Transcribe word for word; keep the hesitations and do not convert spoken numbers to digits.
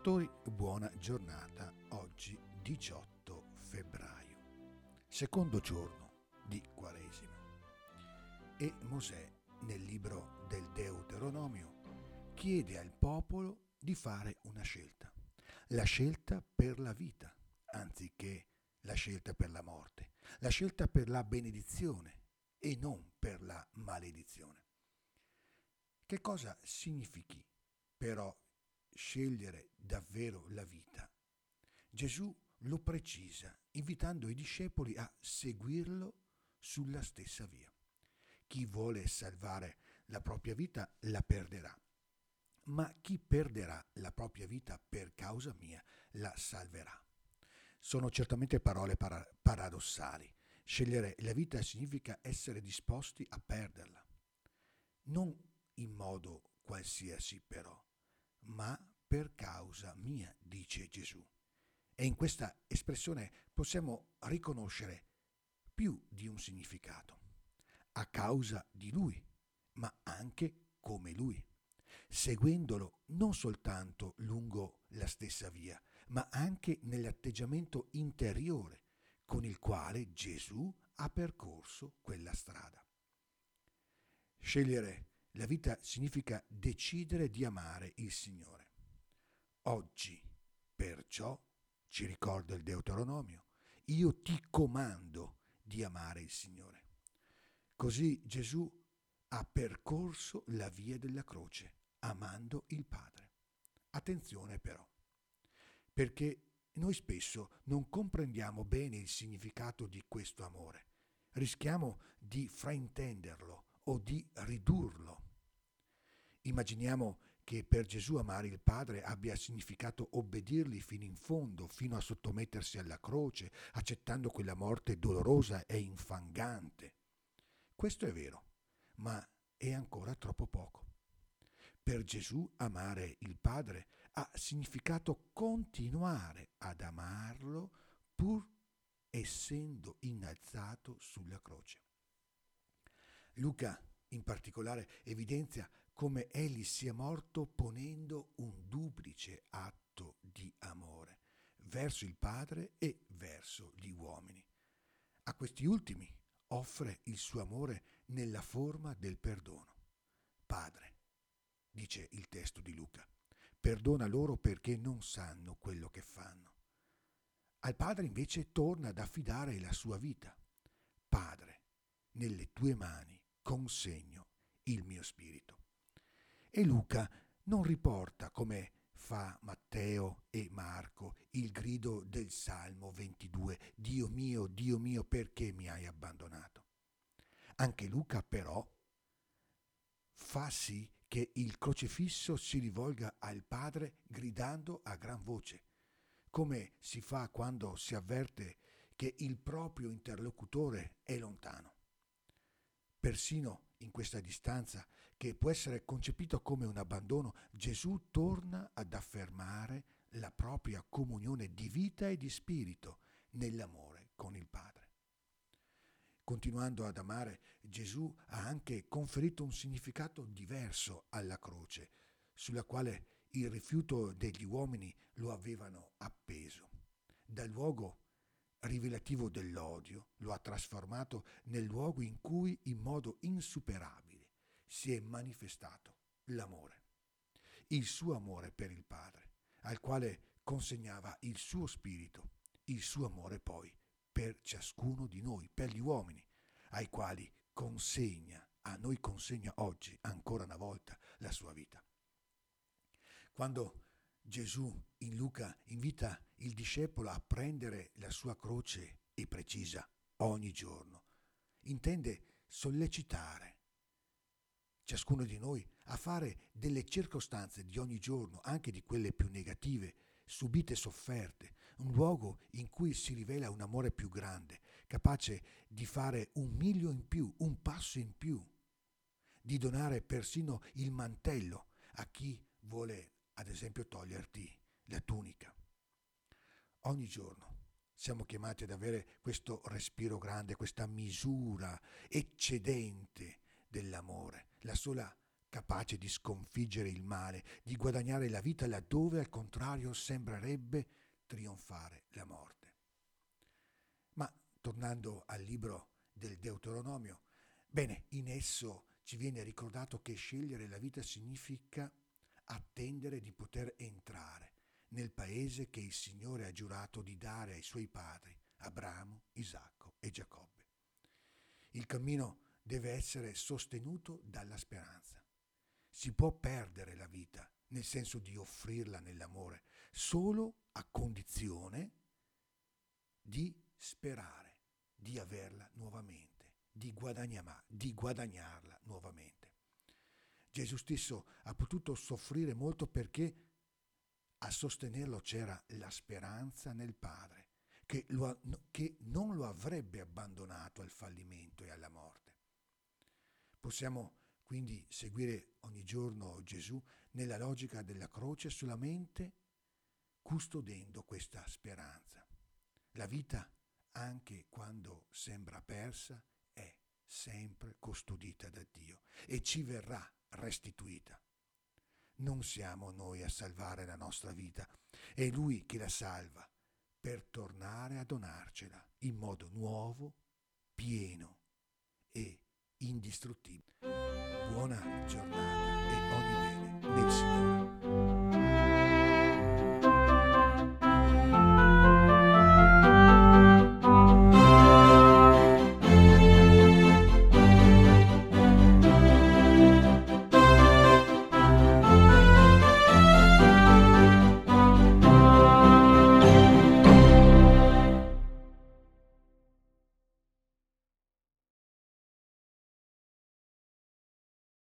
ascoltatori, buona giornata. Oggi diciotto febbraio, secondo giorno di Quaresima. E Mosè, nel libro del Deuteronomio, chiede al popolo di fare una scelta. La scelta per la vita, anziché la scelta per la morte. La scelta per la benedizione e non per la maledizione. Che cosa significhi però scegliere davvero la vita? Gesù lo precisa, invitando i discepoli a seguirlo sulla stessa via. Chi vuole salvare la propria vita la perderà, ma chi perderà la propria vita per causa mia la salverà. Sono certamente parole para- paradossali. Scegliere la vita significa essere disposti a perderla. Non in modo qualsiasi però, ma per causa mia, dice Gesù. E in questa espressione possiamo riconoscere più di un significato. A causa di Lui, ma anche come Lui, seguendolo non soltanto lungo la stessa via, ma anche nell'atteggiamento interiore con il quale Gesù ha percorso quella strada. Scegliere la vita significa decidere di amare il Signore. Oggi, perciò, ci ricorda il Deuteronomio, io ti comando di amare il Signore. Così Gesù ha percorso la via della croce, amando il Padre. Attenzione però, perché noi spesso non comprendiamo bene il significato di questo amore. Rischiamo di fraintenderlo o di ridurlo. Immaginiamo che per Gesù amare il Padre abbia significato obbedirgli fino in fondo, fino a sottomettersi alla croce, accettando quella morte dolorosa e infangante. Questo è vero, ma è ancora troppo poco. Per Gesù amare il Padre ha significato continuare ad amarlo pur essendo innalzato sulla croce. Luca in particolare evidenzia come egli sia morto ponendo un duplice atto di amore verso il Padre e verso gli uomini. A questi ultimi offre il suo amore nella forma del perdono. Padre, dice il testo di Luca, perdona loro perché non sanno quello che fanno. Al Padre invece torna ad affidare la sua vita. Padre, nelle tue mani consegno il mio spirito. E Luca non riporta, come fa Matteo e Marco, il grido del Salmo ventidue, Dio mio, Dio mio, perché mi hai abbandonato? Anche Luca però fa sì che il crocifisso si rivolga al Padre gridando a gran voce, come si fa quando si avverte che il proprio interlocutore è lontano. Persino in questa distanza, che può essere concepito come un abbandono, Gesù torna ad affermare la propria comunione di vita e di spirito nell'amore con il Padre. Continuando ad amare, Gesù ha anche conferito un significato diverso alla croce, sulla quale il rifiuto degli uomini lo avevano appeso. Dal luogo rivelativo dell'odio lo ha trasformato nel luogo in cui in modo insuperabile si è manifestato l'amore, il suo amore per il Padre, al quale consegnava il suo spirito, il suo amore poi per ciascuno di noi, per gli uomini, ai quali consegna, a noi consegna oggi ancora una volta la sua vita. Quando Gesù in Luca invita il discepolo a prendere la sua croce e precisa ogni giorno, intende sollecitare ciascuno di noi a fare delle circostanze di ogni giorno, anche di quelle più negative, subite sofferte, un luogo in cui si rivela un amore più grande, capace di fare un miglio in più, un passo in più, di donare persino il mantello a chi vuole, ad esempio, toglierti la tunica. Ogni giorno siamo chiamati ad avere questo respiro grande, questa misura eccedente dell'amore, la sola capace di sconfiggere il male, di guadagnare la vita laddove al contrario sembrerebbe trionfare la morte. Ma tornando al libro del Deuteronomio, bene, in esso ci viene ricordato che scegliere la vita significa attendere di poter entrare nel paese che il Signore ha giurato di dare ai suoi padri, Abramo, Isacco e Giacobbe. Il cammino deve essere sostenuto dalla speranza. Si può perdere la vita, nel senso di offrirla nell'amore, solo a condizione di sperare, di averla nuovamente, di, guadagna- di guadagnarla nuovamente. Gesù stesso ha potuto soffrire molto perché a sostenerlo c'era la speranza nel Padre, che, lo ha, che non lo avrebbe abbandonato al fallimento e alla morte. Possiamo quindi seguire ogni giorno Gesù nella logica della croce solamente custodendo questa speranza. La vita, anche quando sembra persa, è sempre custodita da Dio e ci verrà restituita. Non siamo noi a salvare la nostra vita, è Lui che la salva per tornare a donarcela in modo nuovo, pieno e indistruttibile. Buona giornata e ogni bene nel Signore.